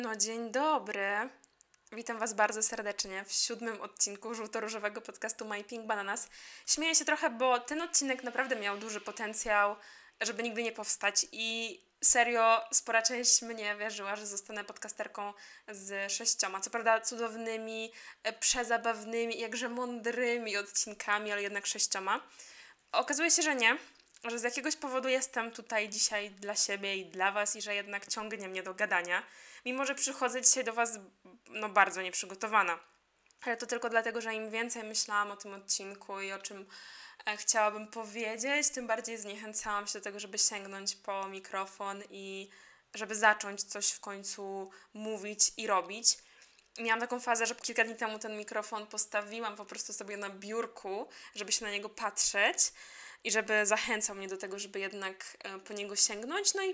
No, dzień dobry. Witam Was bardzo serdecznie w 7. odcinku żółto-różowego podcastu My Pink Bananas. Śmieję się trochę, bo ten odcinek naprawdę miał duży potencjał, żeby nigdy nie powstać i serio spora część mnie wierzyła, że zostanę podcasterką z 6, co prawda cudownymi, przezabawnymi, jakże mądrymi odcinkami, ale jednak 6. Okazuje się, że nie, że z jakiegoś powodu jestem tutaj dzisiaj dla siebie i dla Was i że jednak ciągnie mnie do gadania, mimo że przychodzę dzisiaj do Was bardzo nieprzygotowana. Ale to tylko dlatego, że im więcej myślałam o tym odcinku i o czym chciałabym powiedzieć, tym bardziej zniechęcałam się do tego, żeby sięgnąć po mikrofon i żeby zacząć coś w końcu mówić i robić. Miałam taką fazę, że kilka dni temu ten mikrofon postawiłam po prostu sobie na biurku, żeby się na niego patrzeć i żeby zachęcał mnie do tego, żeby jednak po niego sięgnąć. No i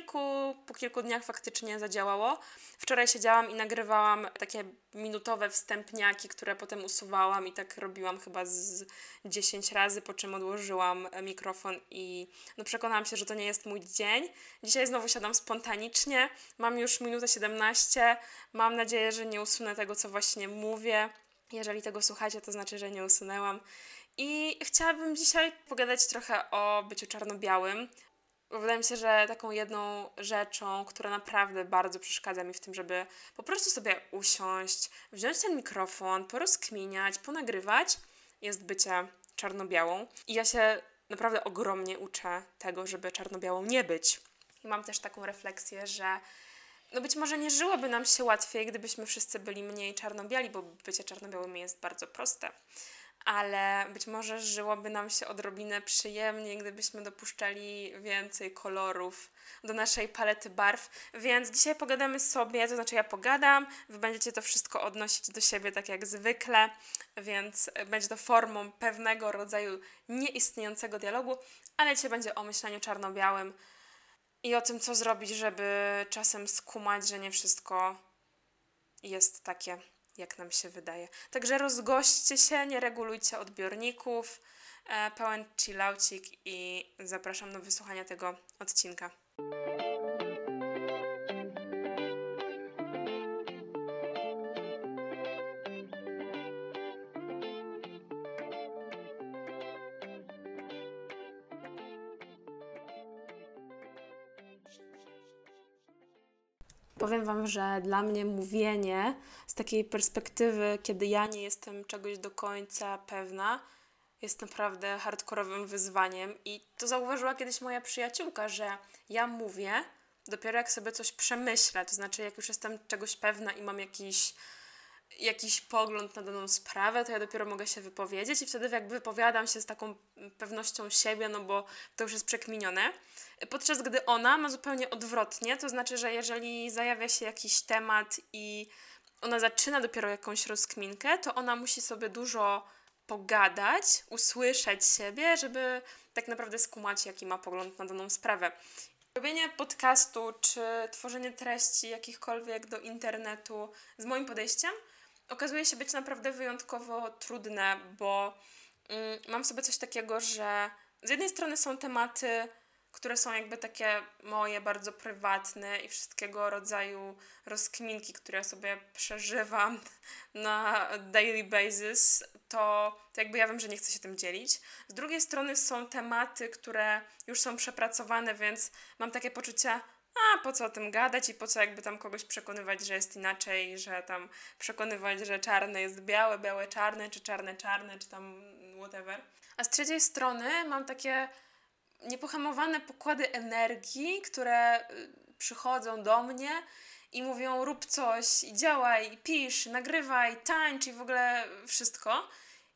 po kilku dniach faktycznie zadziałało. Wczoraj siedziałam i nagrywałam takie minutowe wstępniaki, które potem usuwałam i tak robiłam chyba z 10 razy, po czym odłożyłam mikrofon i przekonałam się, że to nie jest mój dzień. Dzisiaj znowu siadam spontanicznie, mam już minutę 17, mam nadzieję, że nie usunę tego, co właśnie mówię. Jeżeli tego słuchacie, to znaczy, że nie usunęłam. I chciałabym dzisiaj pogadać trochę o byciu czarno-białym, bo wydaje mi się, że taką jedną rzeczą, która naprawdę bardzo przeszkadza mi w tym, żeby po prostu sobie usiąść, wziąć ten mikrofon, porozkminiać, ponagrywać, jest bycie czarno-białą. I ja się naprawdę ogromnie uczę tego, żeby czarno-białą nie być. I mam też taką refleksję, że być może nie żyłoby nam się łatwiej, gdybyśmy wszyscy byli mniej czarno-biali, bo bycie czarno-białym jest bardzo proste. Ale być może żyłoby nam się odrobinę przyjemniej, gdybyśmy dopuszczali więcej kolorów do naszej palety barw. Więc dzisiaj pogadamy sobie, to znaczy ja pogadam, wy będziecie to wszystko odnosić do siebie tak jak zwykle, więc będzie to formą pewnego rodzaju nieistniejącego dialogu, ale dzisiaj będzie o myśleniu czarno-białym i o tym, co zrobić, żeby czasem skumać, że nie wszystko jest takie, jak nam się wydaje. Także rozgośćcie się, nie regulujcie odbiorników, pełen chillaucik i zapraszam do wysłuchania tego odcinka. Powiem Wam, że dla mnie mówienie z takiej perspektywy, kiedy ja nie jestem czegoś do końca pewna, jest naprawdę hardkorowym wyzwaniem i to zauważyła kiedyś moja przyjaciółka, że ja mówię dopiero jak sobie coś przemyślę, to znaczy jak już jestem czegoś pewna i mam jakiś pogląd na daną sprawę, to ja dopiero mogę się wypowiedzieć i wtedy jakby wypowiadam się z taką pewnością siebie, no bo to już jest przekminione. Podczas gdy ona ma zupełnie odwrotnie, to znaczy, że jeżeli zajawia się jakiś temat i ona zaczyna dopiero jakąś rozkminkę, to ona musi sobie dużo pogadać, usłyszeć siebie, żeby tak naprawdę skumać, jaki ma pogląd na daną sprawę. Robienie podcastu czy tworzenie treści jakichkolwiek do internetu z moim podejściem okazuje się być naprawdę wyjątkowo trudne, bo mam w sobie coś takiego, że z jednej strony są tematy, które są jakby takie moje, bardzo prywatne i wszystkiego rodzaju rozkminki, które ja sobie przeżywam na daily basis, to jakby ja wiem, że nie chcę się tym dzielić. Z drugiej strony są tematy, które już są przepracowane, więc mam takie poczucie, po co o tym gadać i po co jakby tam kogoś przekonywać, że jest inaczej, że tam przekonywać, że czarne jest białe, białe czarne, czy czarne, czy tam whatever. A z trzeciej strony mam takie niepohamowane pokłady energii, które przychodzą do mnie i mówią rób coś, i działaj, i pisz, nagrywaj, tańcz i w ogóle wszystko.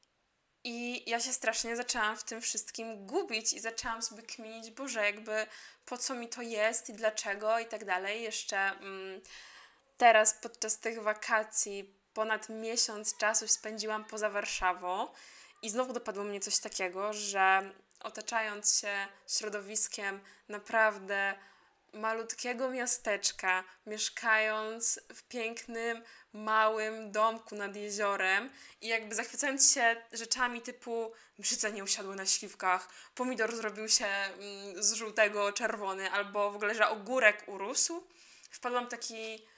I ja się strasznie zaczęłam w tym wszystkim gubić i zaczęłam sobie kminić, Boże, jakby po co mi to jest i dlaczego i tak dalej. Jeszcze teraz podczas tych wakacji ponad miesiąc czasu spędziłam poza Warszawą i znowu dopadło mnie coś takiego, że otaczając się środowiskiem naprawdę malutkiego miasteczka, mieszkając w pięknym, małym domku nad jeziorem i jakby zachwycając się rzeczami typu brzyce nie usiadły na śliwkach, pomidor zrobił się z żółtego czerwony albo w ogóle, że ogórek urósł, wpadłam w taki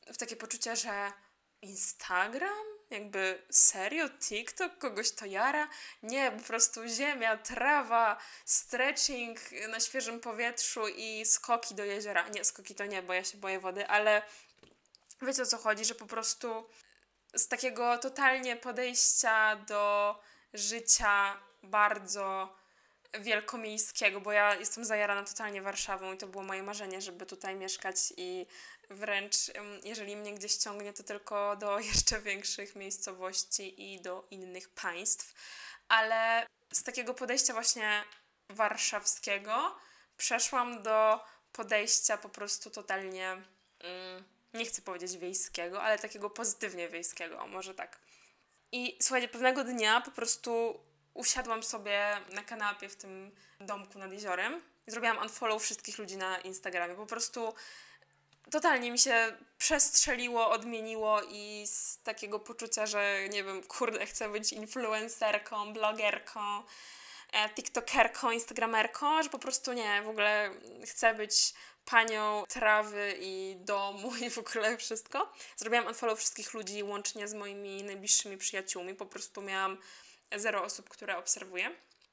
w takie poczucie, że Instagram? Jakby serio? TikTok? Kogoś to jara? Nie, po prostu ziemia, trawa, stretching na świeżym powietrzu i skoki do jeziora. Nie, skoki to nie, bo ja się boję wody, ale wiecie o co chodzi, że po prostu z takiego totalnie podejścia do życia bardzo wielkomiejskiego, bo ja jestem zajarana totalnie Warszawą i to było moje marzenie, żeby tutaj mieszkać i wręcz jeżeli mnie gdzieś ciągnie, to tylko do jeszcze większych miejscowości i do innych państw. Ale z takiego podejścia właśnie warszawskiego przeszłam do podejścia po prostu totalnie, nie chcę powiedzieć wiejskiego, ale takiego pozytywnie wiejskiego, może tak. I słuchajcie, pewnego dnia po prostu usiadłam sobie na kanapie w tym domku nad jeziorem i zrobiłam unfollow wszystkich ludzi na Instagramie. Po prostu totalnie mi się przestrzeliło, odmieniło i z takiego poczucia, że nie wiem, kurde, chcę być influencerką, blogerką, tiktokerką, instagramerką, że po prostu nie, w ogóle chcę być panią trawy i domu i w ogóle wszystko. Zrobiłam unfollow wszystkich ludzi łącznie z moimi najbliższymi przyjaciółmi. Po prostu miałam 0 osób, które obserwuję.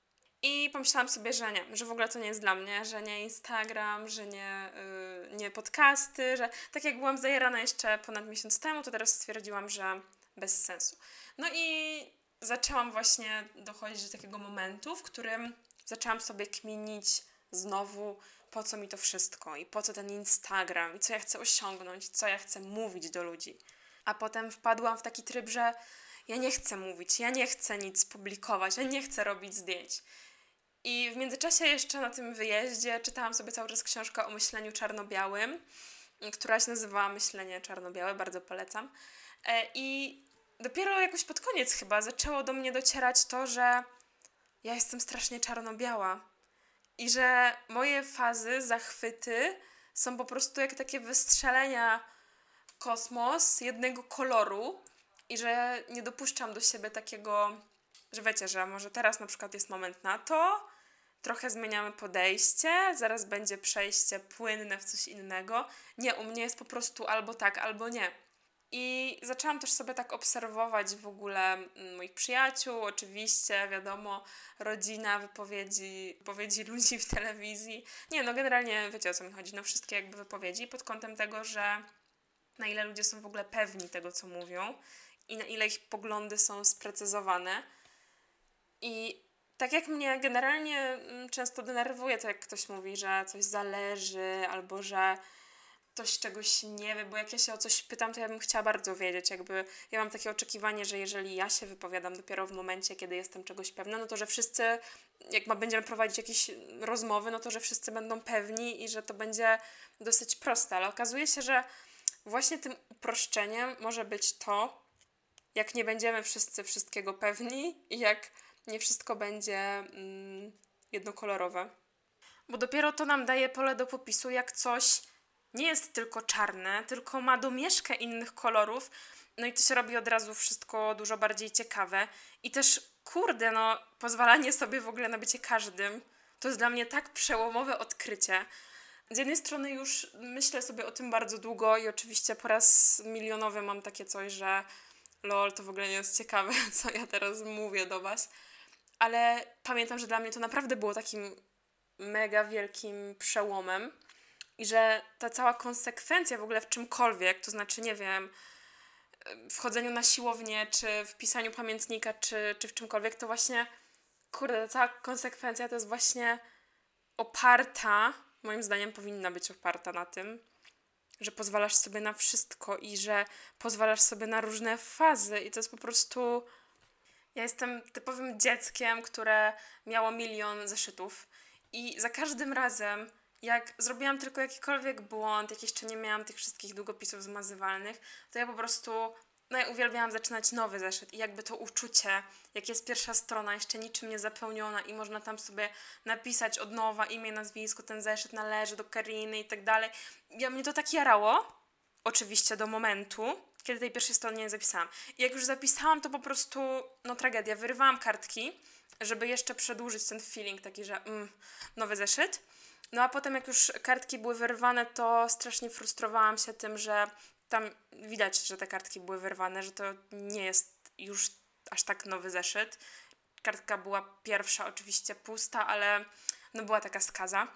I pomyślałam sobie, że nie, że w ogóle to nie jest dla mnie, że nie Instagram, że nie podcasty, że tak jak byłam zajarana jeszcze ponad miesiąc temu, to teraz stwierdziłam, że bez sensu. No i zaczęłam właśnie dochodzić do takiego momentu, w którym zaczęłam sobie kminić znowu, po co mi to wszystko i po co ten Instagram i co ja chcę osiągnąć, co ja chcę mówić do ludzi. A potem wpadłam w taki tryb, że ja nie chcę mówić, ja nie chcę nic publikować, ja nie chcę robić zdjęć. I w międzyczasie jeszcze na tym wyjeździe czytałam sobie cały czas książkę o myśleniu czarno-białym, która się nazywała Myślenie czarno-białe, bardzo polecam. I dopiero jakoś pod koniec chyba zaczęło do mnie docierać to, że ja jestem strasznie czarno-biała i że moje fazy, zachwyty są po prostu jak takie wystrzelenia kosmos jednego koloru i że nie dopuszczam do siebie takiego, że wiecie, że może teraz na przykład jest moment na to, trochę zmieniamy podejście, zaraz będzie przejście płynne w coś innego. Nie, u mnie jest po prostu albo tak, albo nie. I zaczęłam też sobie tak obserwować w ogóle moich przyjaciół, oczywiście, wiadomo, rodzina, wypowiedzi ludzi w telewizji. Nie, no generalnie wiecie o co mi chodzi, no wszystkie jakby wypowiedzi pod kątem tego, że na ile ludzie są w ogóle pewni tego, co mówią i na ile ich poglądy są sprecyzowane. I tak jak mnie generalnie często denerwuje to, jak ktoś mówi, że coś zależy albo że ktoś czegoś nie wie, bo jak ja się o coś pytam, to ja bym chciała bardzo wiedzieć, jakby ja mam takie oczekiwanie, że jeżeli ja się wypowiadam dopiero w momencie, kiedy jestem czegoś pewna, no to że wszyscy, jak będziemy prowadzić jakieś rozmowy, no to że wszyscy będą pewni i że to będzie dosyć proste, ale okazuje się, że właśnie tym uproszczeniem może być to, jak nie będziemy wszyscy wszystkiego pewni i jak nie wszystko będzie jednokolorowe. Bo dopiero to nam daje pole do popisu, jak coś nie jest tylko czarne, tylko ma domieszkę innych kolorów, no i to się robi od razu wszystko dużo bardziej ciekawe. I też, kurde, no, pozwalanie sobie w ogóle na bycie każdym, to jest dla mnie tak przełomowe odkrycie. Z jednej strony już myślę sobie o tym bardzo długo i oczywiście po raz milionowy mam takie coś, że lol, to w ogóle nie jest ciekawe, co ja teraz mówię do was. Ale pamiętam, że dla mnie to naprawdę było takim mega wielkim przełomem i że ta cała konsekwencja w ogóle w czymkolwiek, to znaczy, nie wiem, w chodzeniu na siłownię, czy w pisaniu pamiętnika, czy w czymkolwiek, to właśnie, kurde, ta cała konsekwencja to jest właśnie oparta, moim zdaniem powinna być oparta na tym, że pozwalasz sobie na wszystko i że pozwalasz sobie na różne fazy i to jest po prostu... Ja jestem typowym dzieckiem, które miało 1 000 000 zeszytów i za każdym razem, jak zrobiłam tylko jakikolwiek błąd, jak jeszcze nie miałam tych wszystkich długopisów zmazywalnych, to ja po prostu, no ja uwielbiałam zaczynać nowy zeszyt i jakby to uczucie, jak jest pierwsza strona, jeszcze niczym nie zapełniona i można tam sobie napisać od nowa imię, nazwisko, ten zeszyt należy do Kariny i tak dalej. Mnie to tak jarało, oczywiście do momentu, kiedy tej pierwszej strony nie zapisałam. I jak już zapisałam, to po prostu, no tragedia, wyrywałam kartki, żeby jeszcze przedłużyć ten feeling taki, że nowy zeszyt. No a potem jak już kartki były wyrwane, to strasznie frustrowałam się tym, że tam widać, że te kartki były wyrwane, że to nie jest już aż tak nowy zeszyt. Kartka była pierwsza oczywiście pusta, ale no była taka skaza.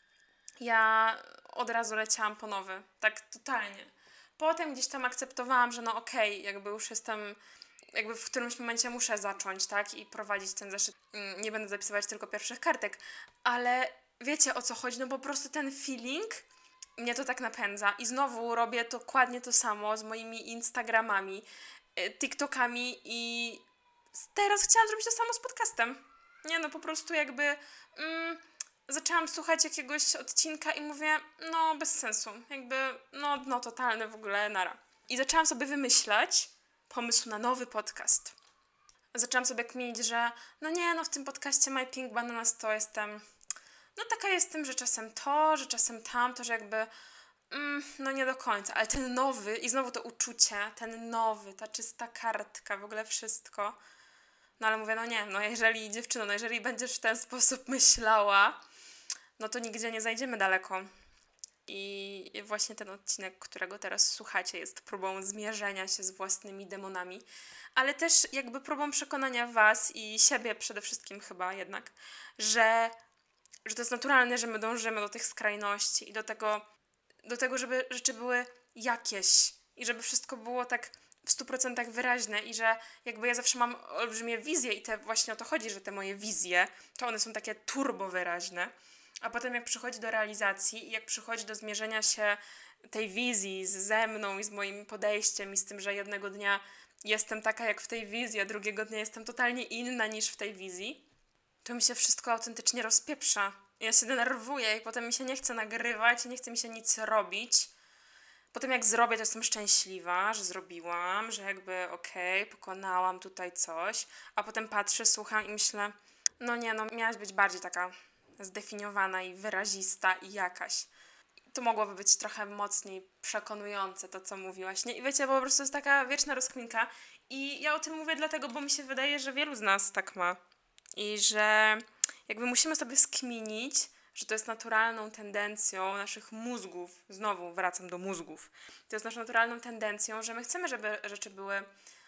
Ja od razu leciałam po nowy, tak totalnie. Potem gdzieś tam akceptowałam, że no okej, jakby już jestem, jakby w którymś momencie muszę zacząć, tak, i prowadzić ten zeszyt. Nie będę zapisywać tylko pierwszych kartek, ale wiecie o co chodzi, no po prostu ten feeling mnie to tak napędza i znowu robię dokładnie to samo z moimi Instagramami, TikTokami i teraz chciałam zrobić to samo z podcastem. Nie no, po prostu jakby zaczęłam słuchać jakiegoś odcinka i mówię, no bez sensu, jakby no totalny w ogóle nara. I zaczęłam sobie wymyślać pomysł na nowy podcast. Zaczęłam sobie kminić, że no nie, no w tym podcaście My Pink Bananas to jestem, no taka jestem, że czasem to, że czasem tamto, że jakby no nie do końca, ale ten nowy i znowu to uczucie, ten nowy, ta czysta kartka, w ogóle wszystko. No ale mówię, no nie, no jeżeli dziewczyno, no jeżeli będziesz w ten sposób myślała, no to nigdzie nie zajdziemy daleko. I właśnie ten odcinek, którego teraz słuchacie, jest próbą zmierzenia się z własnymi demonami, ale też jakby próbą przekonania was i siebie przede wszystkim chyba jednak, że to jest naturalne, że my dążymy do tych skrajności i do tego, żeby rzeczy były jakieś i żeby wszystko było tak w 100% wyraźne i że jakby ja zawsze mam olbrzymie wizje i właśnie o to chodzi, że te moje wizje, to one są takie turbo wyraźne, a potem jak przychodzi do realizacji i jak przychodzi do zmierzenia się tej wizji ze mną i z moim podejściem i z tym, że jednego dnia jestem taka jak w tej wizji, a drugiego dnia jestem totalnie inna niż w tej wizji, to mi się wszystko autentycznie rozpieprza. Ja się denerwuję i potem mi się nie chce nagrywać, nie chce mi się nic robić. Potem jak zrobię, to jestem szczęśliwa, że zrobiłam, że jakby pokonałam tutaj coś, a potem patrzę, słucham i myślę, no nie, no miałaś być bardziej taka zdefiniowana i wyrazista i jakaś. To mogłoby być trochę mocniej przekonujące to, co mówiłaś, nie? I wiecie, bo po prostu jest taka wieczna rozkminka i ja o tym mówię dlatego, bo mi się wydaje, że wielu z nas tak ma i że jakby musimy sobie skminić, że to jest naturalną tendencją naszych mózgów, znowu wracam do mózgów, to jest naszą naturalną tendencją, że my chcemy, żeby rzeczy były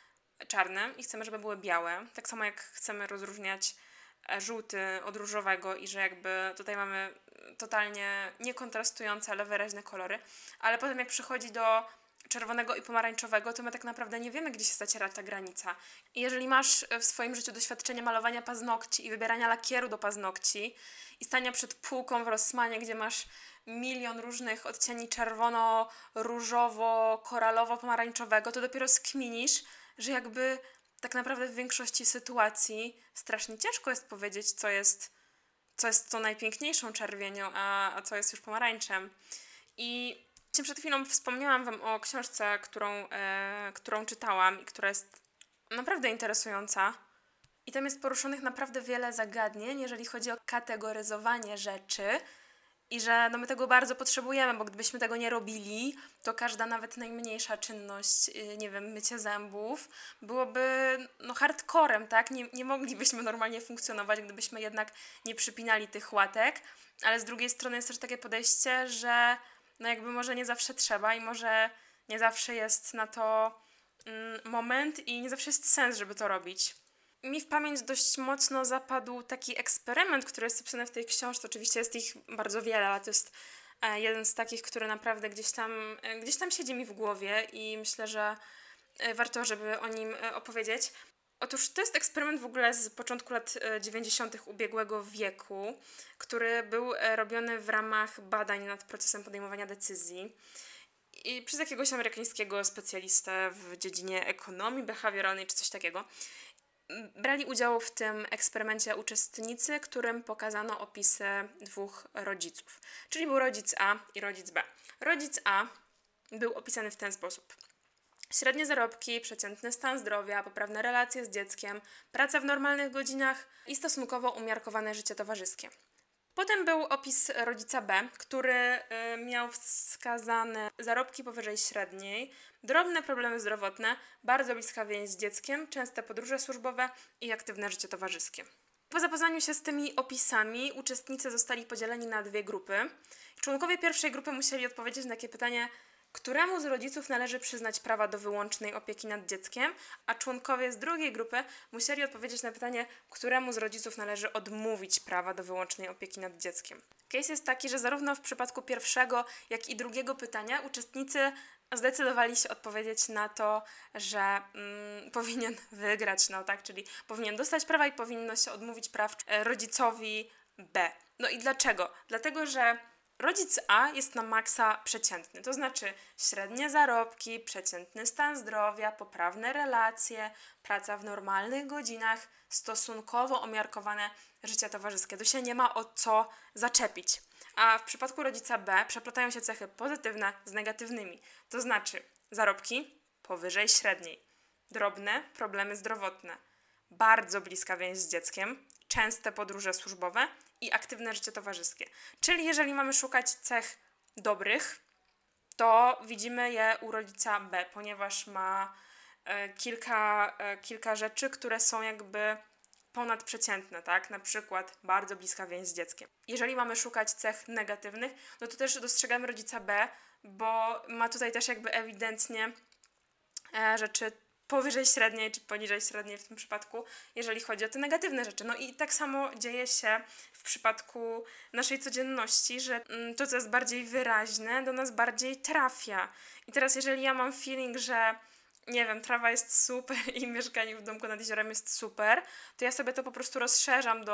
czarne i chcemy, żeby były białe, tak samo jak chcemy rozróżniać żółty od różowego i że jakby tutaj mamy totalnie niekontrastujące, ale wyraźne kolory, ale potem jak przychodzi do czerwonego i pomarańczowego, to my tak naprawdę nie wiemy, gdzie się zaciera ta granica. I jeżeli masz w swoim życiu doświadczenie malowania paznokci i wybierania lakieru do paznokci i stania przed półką w Rossmanie, gdzie masz milion różnych odcieni czerwono, różowo, koralowo, pomarańczowego, to dopiero skminisz, że jakby tak naprawdę w większości sytuacji strasznie ciężko jest powiedzieć, co jest tą najpiękniejszą czerwienią, a co jest już pomarańczem. I przed chwilą wspomniałam wam o książce, którą czytałam i która jest naprawdę interesująca. I tam jest poruszonych naprawdę wiele zagadnień, jeżeli chodzi o kategoryzowanie rzeczy i że no my tego bardzo potrzebujemy, bo gdybyśmy tego nie robili, to każda nawet najmniejsza czynność, nie wiem, mycie zębów, byłoby no hardcorem, tak? Nie moglibyśmy normalnie funkcjonować, gdybyśmy jednak nie przypinali tych łatek, ale z drugiej strony jest też takie podejście, że no jakby może nie zawsze trzeba i może nie zawsze jest na to moment i nie zawsze jest sens, żeby to robić. Mi w pamięć dość mocno zapadł taki eksperyment, który jest opisany w tej książce. Oczywiście jest ich bardzo wiele, ale to jest jeden z takich, który naprawdę gdzieś tam siedzi mi w głowie i myślę, że warto, żeby o nim opowiedzieć. Otóż to jest eksperyment w ogóle z początku lat 90. ubiegłego wieku, który był robiony w ramach badań nad procesem podejmowania decyzji i przez jakiegoś amerykańskiego specjalistę w dziedzinie ekonomii behawioralnej czy coś takiego. Brali udział w tym eksperymencie uczestnicy, którym pokazano opisy dwóch rodziców. Czyli był rodzic A i rodzic B. Rodzic A był opisany w ten sposób. Średnie zarobki, przeciętny stan zdrowia, poprawne relacje z dzieckiem, praca w normalnych godzinach i stosunkowo umiarkowane życie towarzyskie. Potem był opis rodzica B, który miał wskazane zarobki powyżej średniej, drobne problemy zdrowotne, bardzo bliska więź z dzieckiem, częste podróże służbowe i aktywne życie towarzyskie. Po zapoznaniu się z tymi opisami uczestnicy zostali podzieleni na dwie grupy. Członkowie pierwszej grupy musieli odpowiedzieć na takie pytanie, Któremu z rodziców należy przyznać prawa do wyłącznej opieki nad dzieckiem, a członkowie z drugiej grupy musieli odpowiedzieć na pytanie, któremu z rodziców należy odmówić prawa do wyłącznej opieki nad dzieckiem. Case jest taki, że zarówno w przypadku pierwszego, jak i drugiego pytania uczestnicy zdecydowali się odpowiedzieć na to, że powinien wygrać, czyli powinien dostać prawa i powinno się odmówić praw rodzicowi B. No i dlaczego? Dlatego, że rodzic A jest na maksa przeciętny, to znaczy średnie zarobki, przeciętny stan zdrowia, poprawne relacje, praca w normalnych godzinach, stosunkowo umiarkowane życie towarzyskie. Tu się nie ma o co zaczepić. A w przypadku rodzica B przeplatają się cechy pozytywne z negatywnymi, to znaczy zarobki powyżej średniej, drobne problemy zdrowotne, bardzo bliska więź z dzieckiem, częste podróże służbowe i aktywne życie towarzyskie. Czyli jeżeli mamy szukać cech dobrych, to widzimy je u rodzica B, ponieważ ma kilka rzeczy, które są jakby ponadprzeciętne, tak? Na przykład bardzo bliska więź z dzieckiem. Jeżeli mamy szukać cech negatywnych, no to też dostrzegamy rodzica B, bo ma tutaj też jakby ewidentnie rzeczy powyżej średniej czy poniżej średniej w tym przypadku, jeżeli chodzi o te negatywne rzeczy. No i tak samo dzieje się w przypadku naszej codzienności, że to, co jest bardziej wyraźne, do nas bardziej trafia. I teraz jeżeli ja mam feeling, że nie wiem, trawa jest super i mieszkanie w domku nad jeziorem jest super, to ja sobie to po prostu rozszerzam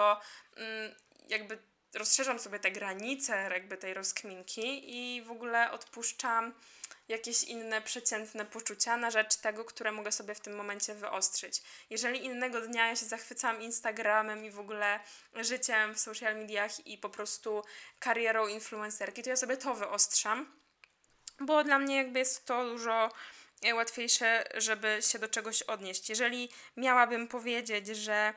rozszerzam sobie te granice jakby tej rozkminki i w ogóle odpuszczam jakieś inne przeciętne poczucia na rzecz tego, które mogę sobie w tym momencie wyostrzyć. Jeżeli innego dnia ja się zachwycam Instagramem i w ogóle życiem w social mediach i po prostu karierą influencerki, to ja sobie to wyostrzam, bo dla mnie jakby jest to dużo łatwiejsze, żeby się do czegoś odnieść. Jeżeli miałabym powiedzieć, że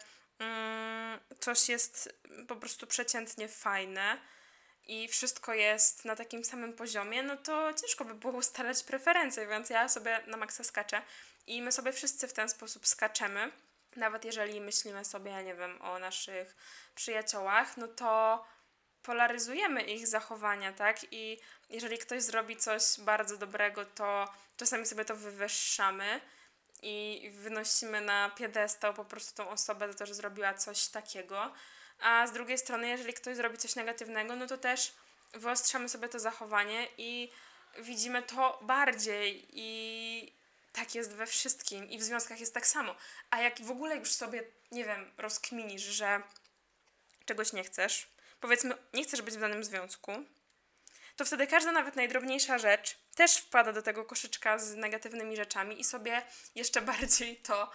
coś jest po prostu przeciętnie fajne i wszystko jest na takim samym poziomie, no to ciężko by było ustalać preferencje, więc ja sobie na maksa skaczę i my sobie wszyscy w ten sposób skaczemy. Nawet jeżeli myślimy sobie, nie wiem, o naszych przyjaciołach, no to polaryzujemy ich zachowania, tak? I jeżeli ktoś zrobi coś bardzo dobrego, to czasami sobie to wywyższamy i wynosimy na piedestał po prostu tą osobę za to, że zrobiła coś takiego. A z drugiej strony, jeżeli ktoś zrobi coś negatywnego, no to też wyostrzamy sobie to zachowanie i widzimy to bardziej i tak jest we wszystkim i w związkach jest tak samo. A jak w ogóle już sobie, nie wiem, rozkminisz, że czegoś nie chcesz, powiedzmy, nie chcesz być w danym związku, to wtedy każda nawet najdrobniejsza rzecz też wpada do tego koszyczka z negatywnymi rzeczami i sobie jeszcze bardziej to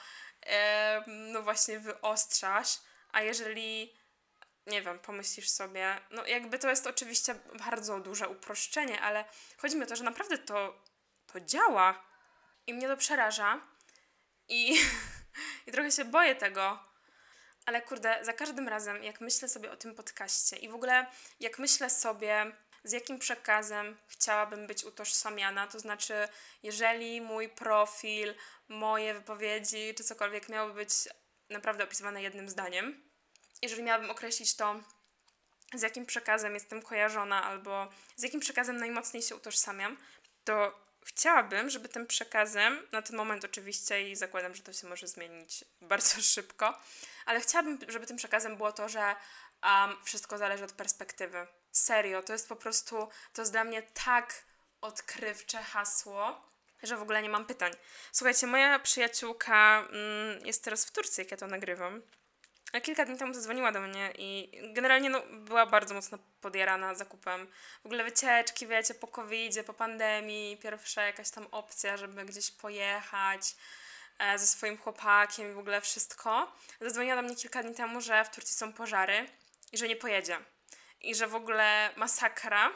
no właśnie wyostrzasz, a jeżeli, nie wiem, pomyślisz sobie, no jakby to jest oczywiście bardzo duże uproszczenie, ale chodzi mi o to, że naprawdę to działa i mnie to przeraża i, i trochę się boję tego. Ale kurde, za każdym razem, jak myślę sobie o tym podcaście i w ogóle jak myślę sobie, z jakim przekazem chciałabym być utożsamiana, to znaczy, jeżeli mój profil, moje wypowiedzi czy cokolwiek miałoby być naprawdę opisywane jednym zdaniem, jeżeli miałabym określić to, z jakim przekazem jestem kojarzona albo z jakim przekazem najmocniej się utożsamiam, to chciałabym, żeby tym przekazem, na ten moment oczywiście i zakładam, że to się może zmienić bardzo szybko, ale chciałabym, żeby tym przekazem było to, że wszystko zależy od perspektywy. Serio, to jest po prostu, to jest dla mnie tak odkrywcze hasło, że w ogóle nie mam pytań. Słuchajcie, moja przyjaciółka jest teraz w Turcji, jak ja to nagrywam. A kilka dni temu zadzwoniła do mnie i generalnie była bardzo mocno podjarana zakupem. W ogóle wycieczki, wiecie, po covidzie, po pandemii, pierwsza jakaś tam opcja, żeby gdzieś pojechać ze swoim chłopakiem i w ogóle wszystko. Zadzwoniła do mnie kilka dni temu, że w Turcji są pożary i że nie pojedzie. I że w ogóle masakra,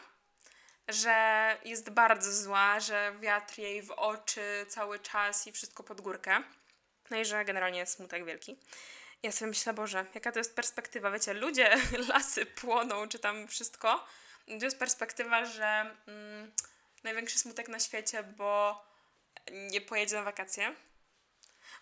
że jest bardzo zła, że wiatr jej w oczy cały czas i wszystko pod górkę. No i że generalnie jest smutek wielki. Ja sobie myślę, Boże, jaka to jest perspektywa, wiecie, ludzie, lasy płoną, czy tam wszystko. To jest perspektywa, że największy smutek na świecie, bo nie pojedzie na wakacje.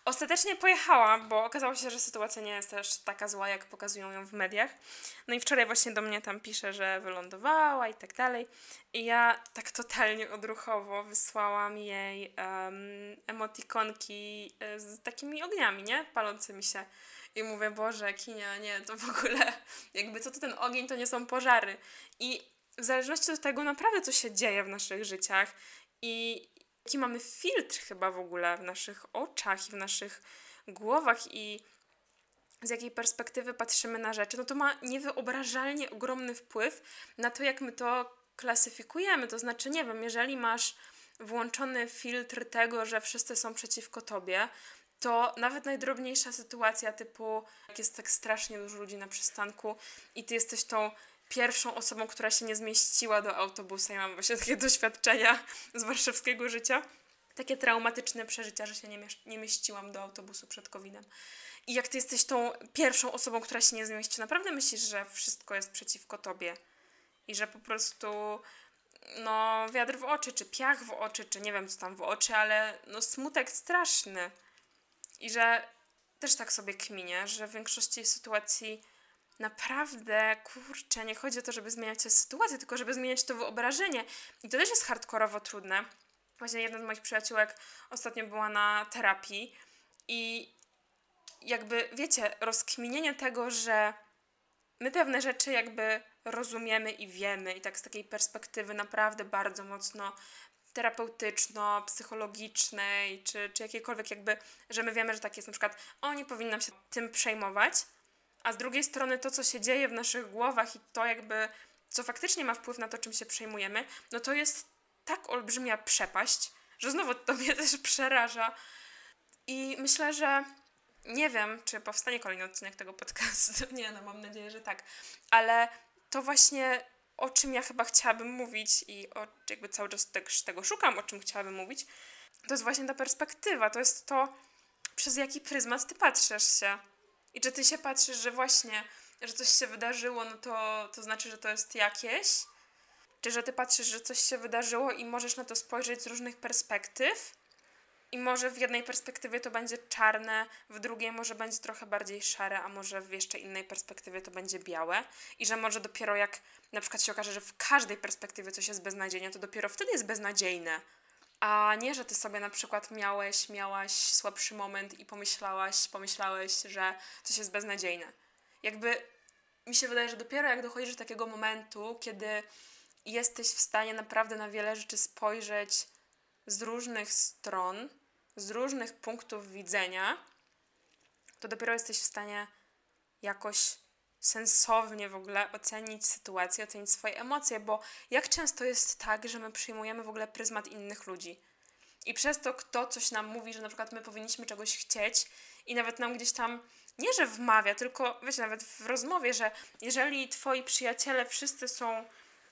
Ostatecznie pojechałam, bo okazało się, że sytuacja nie jest też taka zła, jak pokazują ją w mediach. No i wczoraj właśnie do mnie tam pisze, że wylądowała i tak dalej. I ja tak totalnie odruchowo wysłałam jej emotikonki z takimi ogniami, nie? Palącymi się. I mówię, Boże, Kinia, nie, to w ogóle jakby co to ten ogień, to nie są pożary. I w zależności od tego naprawdę, co się dzieje w naszych życiach i jaki mamy filtr chyba w ogóle w naszych oczach i w naszych głowach i z jakiej perspektywy patrzymy na rzeczy, no to ma niewyobrażalnie ogromny wpływ na to, jak my to klasyfikujemy. To znaczy, nie wiem, jeżeli masz włączony filtr tego, że wszyscy są przeciwko tobie, to nawet najdrobniejsza sytuacja typu, jak jest tak strasznie dużo ludzi na przystanku i ty jesteś tą pierwszą osobą, która się nie zmieściła do autobusu. Ja mam właśnie takie doświadczenia z warszawskiego życia. Takie traumatyczne przeżycia, że się nie mieściłam do autobusu przed COVID-em. I jak ty jesteś tą pierwszą osobą, która się nie zmieści, naprawdę myślisz, że wszystko jest przeciwko tobie. I że po prostu no wiatr w oczy, czy piach w oczy, czy nie wiem co tam w oczy, ale no smutek straszny. I że też tak sobie kminię, że w większości sytuacji naprawdę, kurczę, nie chodzi o to, żeby zmieniać tę sytuację, tylko żeby zmieniać to wyobrażenie. I to też jest hardkorowo trudne. Właśnie jedna z moich przyjaciółek ostatnio była na terapii i jakby, wiecie, rozkminienie tego, że my pewne rzeczy jakby rozumiemy i wiemy i tak z takiej perspektywy naprawdę bardzo mocno terapeutyczno-psychologicznej, czy jakiejkolwiek jakby, że my wiemy, że tak jest, na przykład nie powinnam się tym przejmować, a z drugiej strony to, co się dzieje w naszych głowach i to jakby, co faktycznie ma wpływ na to, czym się przejmujemy, no to jest tak olbrzymia przepaść, że znowu to mnie też przeraża. I myślę, że nie wiem, czy powstanie kolejny odcinek tego podcastu. Nie, no mam nadzieję, że tak. Ale to właśnie o czym ja chyba chciałabym mówić i jakby cały czas tego szukam, o czym chciałabym mówić, to jest właśnie ta perspektywa. To jest to, przez jaki pryzmat ty patrzysz się. I czy ty się patrzysz, że właśnie, że coś się wydarzyło, no to znaczy, że to jest jakieś? Czy że ty patrzysz, że coś się wydarzyło i możesz na to spojrzeć z różnych perspektyw? I może w jednej perspektywie to będzie czarne, w drugiej może będzie trochę bardziej szare, a może w jeszcze innej perspektywie to będzie białe. I że może dopiero jak na przykład się okaże, że w każdej perspektywie coś jest beznadziejne, to dopiero wtedy jest beznadziejne. A nie, że ty sobie na przykład miałaś słabszy moment i pomyślałeś, że coś jest beznadziejne. Jakby mi się wydaje, że dopiero jak dochodzisz do takiego momentu, kiedy jesteś w stanie naprawdę na wiele rzeczy spojrzeć z różnych stron, z różnych punktów widzenia, to dopiero jesteś w stanie jakoś sensownie w ogóle ocenić sytuację, ocenić swoje emocje, bo jak często jest tak, że my przyjmujemy w ogóle pryzmat innych ludzi. I przez to kto coś nam mówi, że na przykład my powinniśmy czegoś chcieć i nawet nam gdzieś tam, nie że wmawia, tylko wiecie, nawet w rozmowie, że jeżeli twoi przyjaciele wszyscy są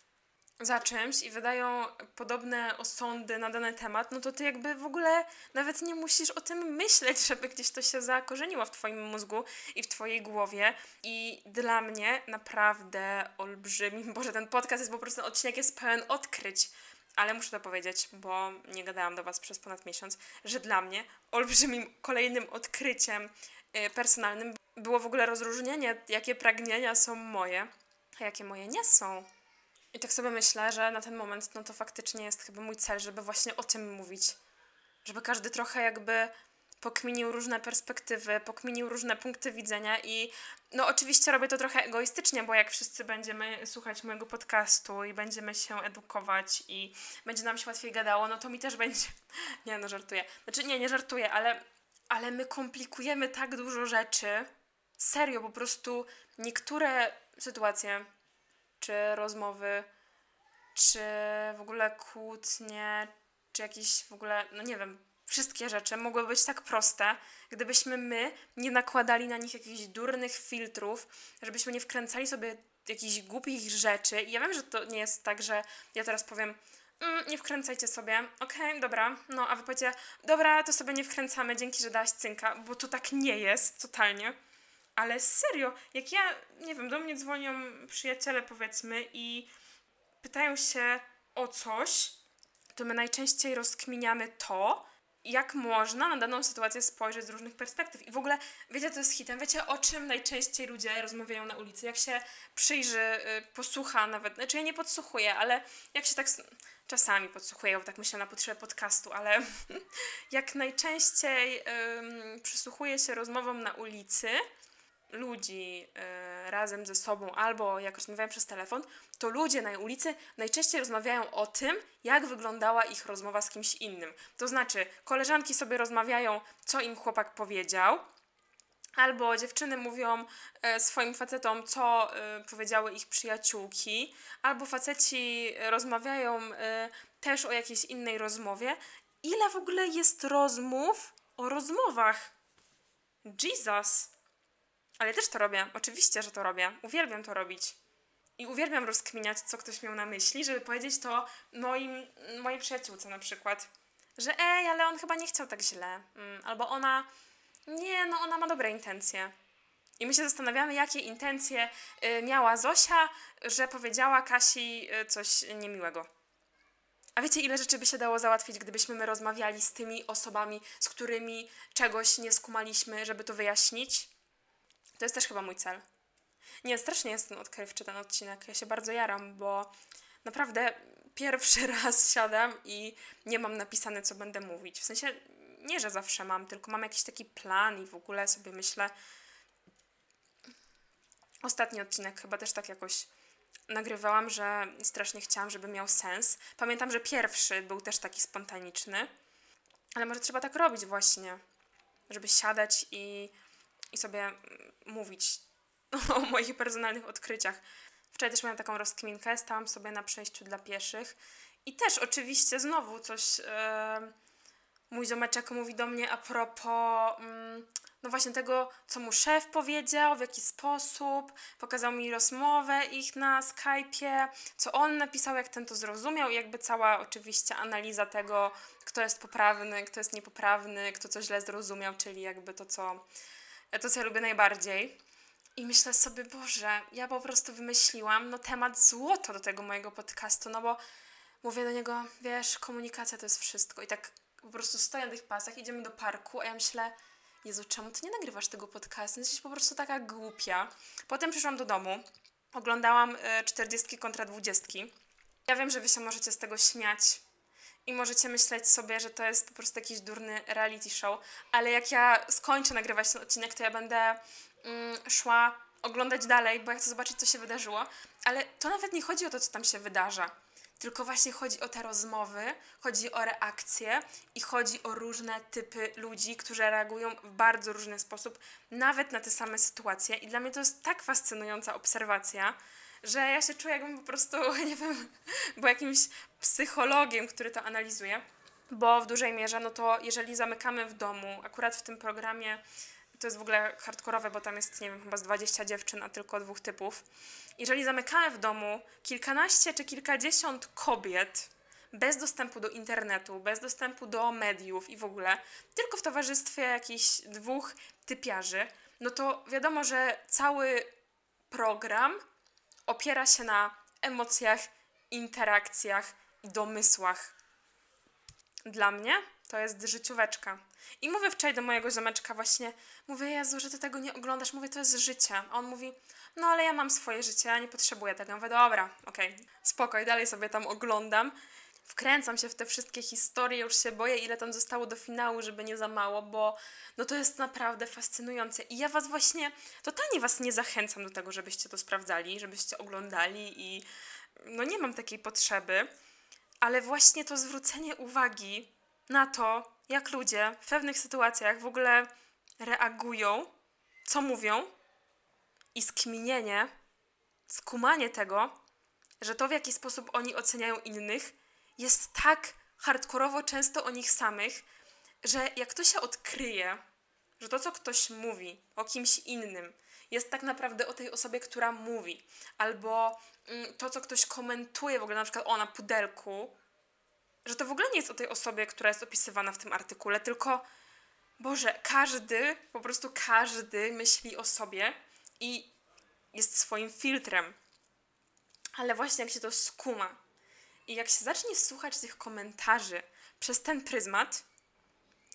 za czymś i wydają podobne osądy na dany temat, no to ty jakby w ogóle nawet nie musisz o tym myśleć, żeby gdzieś to się zakorzeniło w twoim mózgu i w twojej głowie. I dla mnie naprawdę olbrzymim, Boże, ten podcast jest po prostu, odcinek jest pełen odkryć, ale muszę to powiedzieć, bo nie gadałam do was przez ponad miesiąc, że dla mnie olbrzymim kolejnym odkryciem personalnym było w ogóle rozróżnienie, jakie pragnienia są moje, a jakie moje nie są. I tak sobie myślę, że na ten moment no to faktycznie jest chyba mój cel, żeby właśnie o tym mówić. Żeby każdy trochę jakby pokminił różne perspektywy, pokminił różne punkty widzenia i no oczywiście robię to trochę egoistycznie, bo jak wszyscy będziemy słuchać mojego podcastu i będziemy się edukować i będzie nam się łatwiej gadało, no to mi też będzie... Nie, no żartuję. Znaczy nie żartuję, ale my komplikujemy tak dużo rzeczy. Serio, po prostu niektóre sytuacje czy rozmowy, czy w ogóle kłótnie, czy jakieś w ogóle, no nie wiem, wszystkie rzeczy mogły być tak proste, gdybyśmy my nie nakładali na nich jakichś durnych filtrów, żebyśmy nie wkręcali sobie jakichś głupich rzeczy. I ja wiem, że to nie jest tak, że ja teraz powiem, nie wkręcajcie sobie, okej, dobra, no a wy powiecie, dobra, to sobie nie wkręcamy, dzięki, że dałaś cynka, bo to tak nie jest, totalnie. Ale serio, jak ja, nie wiem, do mnie dzwonią przyjaciele powiedzmy i pytają się o coś, to my najczęściej rozkminiamy to, jak można na daną sytuację spojrzeć z różnych perspektyw. I w ogóle, wiecie, co jest hitem? Wiecie, o czym najczęściej ludzie rozmawiają na ulicy? Jak się przyjrzy, posłucha nawet, znaczy ja nie podsłuchuję, ale jak się tak czasami podsłuchuję, bo tak myślę na potrzeby podcastu, ale jak najczęściej przysłuchuję się rozmowom na ulicy ludzi razem ze sobą albo jak rozmawiają przez telefon, to ludzie na ulicy najczęściej rozmawiają o tym, jak wyglądała ich rozmowa z kimś innym. To znaczy, koleżanki sobie rozmawiają, co im chłopak powiedział, albo dziewczyny mówią swoim facetom, co powiedziały ich przyjaciółki, albo faceci rozmawiają też o jakiejś innej rozmowie. Ile w ogóle jest rozmów o rozmowach? Jesus! Ale też to robię. Oczywiście, że to robię. Uwielbiam to robić. I uwielbiam rozkminiać, co ktoś miał na myśli, żeby powiedzieć to mojej przyjaciółce na przykład. Że ale on chyba nie chciał tak źle. Albo ona, nie, no ona ma dobre intencje. I my się zastanawiamy, jakie intencje miała Zosia, że powiedziała Kasi coś niemiłego. A wiecie, ile rzeczy by się dało załatwić, gdybyśmy my rozmawiali z tymi osobami, z którymi czegoś nie skumaliśmy, żeby to wyjaśnić? To jest też chyba mój cel. Nie, strasznie jestem odkrywczy ten odcinek. Ja się bardzo jaram, bo naprawdę pierwszy raz siadam i nie mam napisane, co będę mówić. W sensie, nie, że zawsze mam, tylko mam jakiś taki plan i w ogóle sobie myślę. Ostatni odcinek chyba też tak jakoś nagrywałam, że strasznie chciałam, żeby miał sens. Pamiętam, że pierwszy był też taki spontaniczny, ale może trzeba tak robić właśnie, żeby siadać i sobie mówić o moich personalnych odkryciach. Wczoraj też miałam taką rozkminkę, stałam sobie na przejściu dla pieszych i też oczywiście znowu coś mój ziomeczek mówi do mnie a propos no właśnie tego, co mu szef powiedział, w jaki sposób, pokazał mi rozmowę ich na Skype'ie, co on napisał, jak ten to zrozumiał i jakby cała oczywiście analiza tego, kto jest poprawny, kto jest niepoprawny, kto co źle zrozumiał, czyli jakby to, co ja lubię najbardziej. I myślę sobie, Boże, ja po prostu wymyśliłam temat złoto do tego mojego podcastu, no bo mówię do niego, wiesz, komunikacja to jest wszystko. I tak po prostu stoję na tych pasach, idziemy do parku, a ja myślę, Jezu, czemu ty nie nagrywasz tego podcastu? Jesteś po prostu taka głupia. Potem przyszłam do domu, oglądałam 40 kontra 20. Ja wiem, że wy się możecie z tego śmiać i możecie myśleć sobie, że to jest po prostu jakiś durny reality show, ale jak ja skończę nagrywać ten odcinek, to ja będę szła oglądać dalej, bo ja chcę zobaczyć, co się wydarzyło, ale to nawet nie chodzi o to, co tam się wydarza, tylko właśnie chodzi o te rozmowy, chodzi o reakcje i chodzi o różne typy ludzi, którzy reagują w bardzo różny sposób, nawet na te same sytuacje i dla mnie to jest tak fascynująca obserwacja, że ja się czuję, jakbym po prostu, nie wiem, była jakimś psychologiem, który to analizuje, bo w dużej mierze, no to jeżeli zamykamy w domu, akurat w tym programie, to jest w ogóle hardkorowe, bo tam jest, nie wiem, chyba z 20 dziewczyn, a tylko 2 typów. Jeżeli zamykamy w domu kilkanaście czy kilkadziesiąt kobiet bez dostępu do internetu, bez dostępu do mediów i w ogóle, tylko w towarzystwie jakichś 2 typiarzy, no to wiadomo, że cały program opiera się na emocjach, interakcjach i domysłach. Dla mnie to jest życióweczka. I mówię wczoraj do mojego ziomeczka właśnie, mówię, Jezu, że ty tego nie oglądasz, mówię, to jest życie. A on mówi, no ale ja mam swoje życie, ja nie potrzebuję tego. Ja mówię, dobra, okej, spokoj, dalej sobie tam oglądam. Wkręcam się w te wszystkie historie, już się boję, ile tam zostało do finału, żeby nie za mało, bo no to jest naprawdę fascynujące. I ja was właśnie, totalnie was nie zachęcam do tego, żebyście to sprawdzali, żebyście oglądali i no nie mam takiej potrzeby, ale właśnie to zwrócenie uwagi na to, jak ludzie w pewnych sytuacjach w ogóle reagują, co mówią i skminienie, skumanie tego, że to, w jaki sposób oni oceniają innych, jest tak hardkorowo często o nich samych, że jak to się odkryje, że to, co ktoś mówi o kimś innym, jest tak naprawdę o tej osobie, która mówi, albo to, co ktoś komentuje w ogóle na przykład na pudelku, że to w ogóle nie jest o tej osobie, która jest opisywana w tym artykule, tylko Boże, po prostu każdy myśli o sobie i jest swoim filtrem. Ale właśnie jak się to skuma i jak się zacznie słuchać tych komentarzy przez ten pryzmat,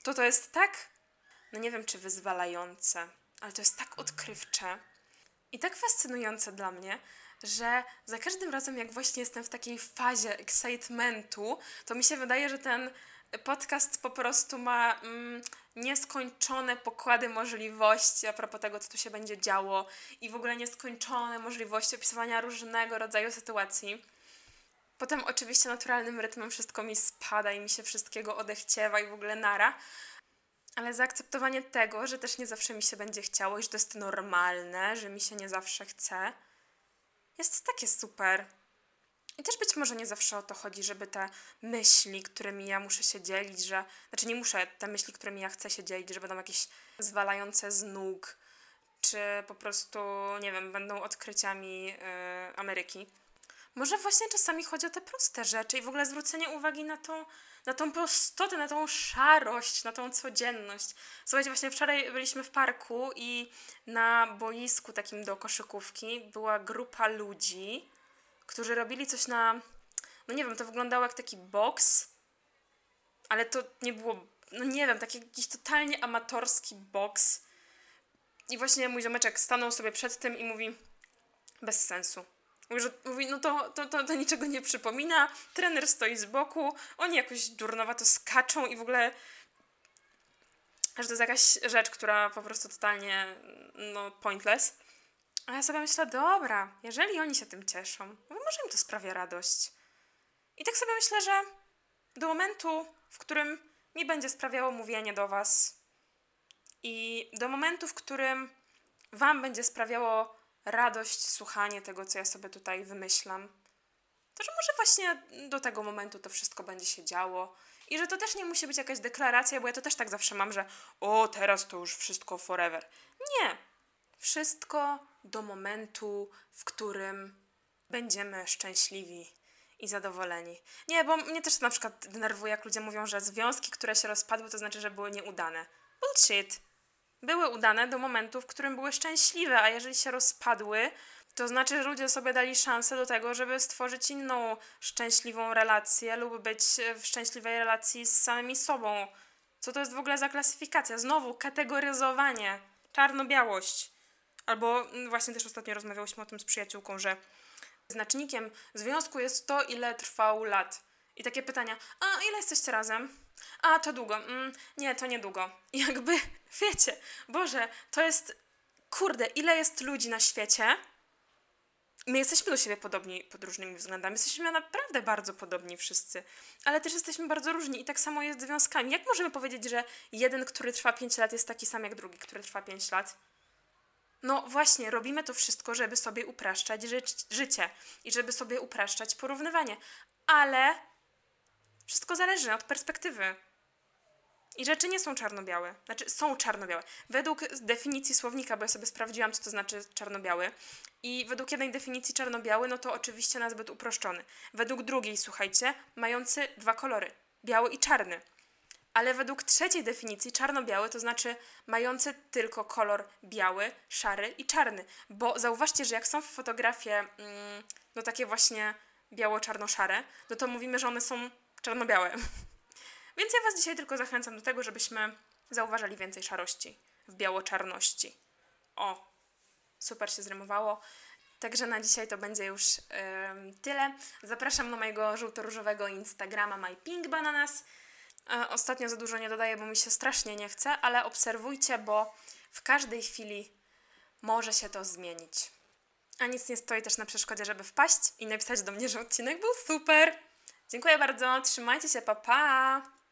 to jest tak, no nie wiem czy wyzwalające, ale to jest tak odkrywcze i tak fascynujące dla mnie, że za każdym razem jak właśnie jestem w takiej fazie excitementu, to mi się wydaje, że ten podcast po prostu ma nieskończone pokłady możliwości a propos tego, co tu się będzie działo i w ogóle nieskończone możliwości opisywania różnego rodzaju sytuacji. Potem oczywiście naturalnym rytmem wszystko mi spada i mi się wszystkiego odechciewa i w ogóle nara. Ale zaakceptowanie tego, że też nie zawsze mi się będzie chciało i że to jest normalne, że mi się nie zawsze chce, jest takie super. I też być może nie zawsze o to chodzi, żeby te myśli, którymi ja muszę się dzielić, znaczy nie muszę, te myśli, którymi ja chcę się dzielić, że będą jakieś zwalające z nóg, czy po prostu, nie wiem, będą odkryciami Ameryki. Może właśnie czasami chodzi o te proste rzeczy i w ogóle zwrócenie uwagi na tą prostotę, na tą szarość, na tą codzienność. Słuchajcie, właśnie wczoraj byliśmy w parku i na boisku takim do koszykówki była grupa ludzi, którzy robili coś no nie wiem, to wyglądało jak taki boks, ale to nie było, no nie wiem, taki jakiś totalnie amatorski boks. I właśnie mój ziomeczek stanął sobie przed tym i mówi, bez sensu. Mówi, no to niczego nie przypomina, trener stoi z boku, oni jakoś durnowato skaczą i w ogóle, że to jest jakaś rzecz, która po prostu totalnie, no, pointless. A ja sobie myślę, dobra, jeżeli oni się tym cieszą, no może im to sprawia radość. I tak sobie myślę, że do momentu, w którym mi będzie sprawiało mówienie do was i do momentu, w którym wam będzie sprawiało radość słuchanie tego, co ja sobie tutaj wymyślam, to że może właśnie do tego momentu to wszystko będzie się działo i że to też nie musi być jakaś deklaracja, bo ja to też tak zawsze mam, że teraz to już wszystko forever. Nie. Wszystko do momentu, w którym będziemy szczęśliwi i zadowoleni. Nie, bo mnie też to na przykład denerwuje, jak ludzie mówią, że związki, które się rozpadły, to znaczy, że były nieudane. Bullshit. Były udane do momentu, w którym były szczęśliwe, a jeżeli się rozpadły, to znaczy, że ludzie sobie dali szansę do tego, żeby stworzyć inną szczęśliwą relację lub być w szczęśliwej relacji z samymi sobą. Co to jest w ogóle za klasyfikacja? Znowu, kategoryzowanie, czarno-białość. Albo właśnie też ostatnio rozmawiałyśmy o tym z przyjaciółką, że znacznikiem związku jest to, ile trwał lat. I takie pytania, a ile jesteście razem? A, to długo. Nie, to niedługo. I jakby, wiecie, Boże, to jest, kurde, ile jest ludzi na świecie? My jesteśmy do siebie podobni pod różnymi względami. Jesteśmy naprawdę bardzo podobni wszyscy. Ale też jesteśmy bardzo różni i tak samo jest z związkami. Jak możemy powiedzieć, że jeden, który trwa 5 lat jest taki sam jak drugi, który trwa 5 lat? No właśnie, robimy to wszystko, żeby sobie upraszczać życie i żeby sobie upraszczać porównywanie. Ale wszystko zależy od perspektywy. I rzeczy nie są czarno-białe. Znaczy, są czarno-białe. Według definicji słownika, bo ja sobie sprawdziłam, co to znaczy czarno-biały. I według jednej definicji czarno-biały, no to oczywiście nazbyt uproszczony. Według drugiej, słuchajcie, mający 2 kolory. Biały i czarny. Ale według trzeciej definicji czarno-biały to znaczy mający tylko kolor biały, szary i czarny. Bo zauważcie, że jak są fotografie, no takie właśnie biało-czarno-szare, no to mówimy, że one są czarno-białe. Więc ja was dzisiaj tylko zachęcam do tego, żebyśmy zauważali więcej szarości w biało-czarności. O, super się zrymowało. Także na dzisiaj to będzie już tyle. Zapraszam na mojego żółto-różowego Instagrama mypinkbananas. Ostatnio za dużo nie dodaję, bo mi się strasznie nie chce, ale obserwujcie, bo w każdej chwili może się to zmienić. A nic nie stoi też na przeszkodzie, żeby wpaść i napisać do mnie, że odcinek był super. Dziękuję bardzo, trzymajcie się, pa pa!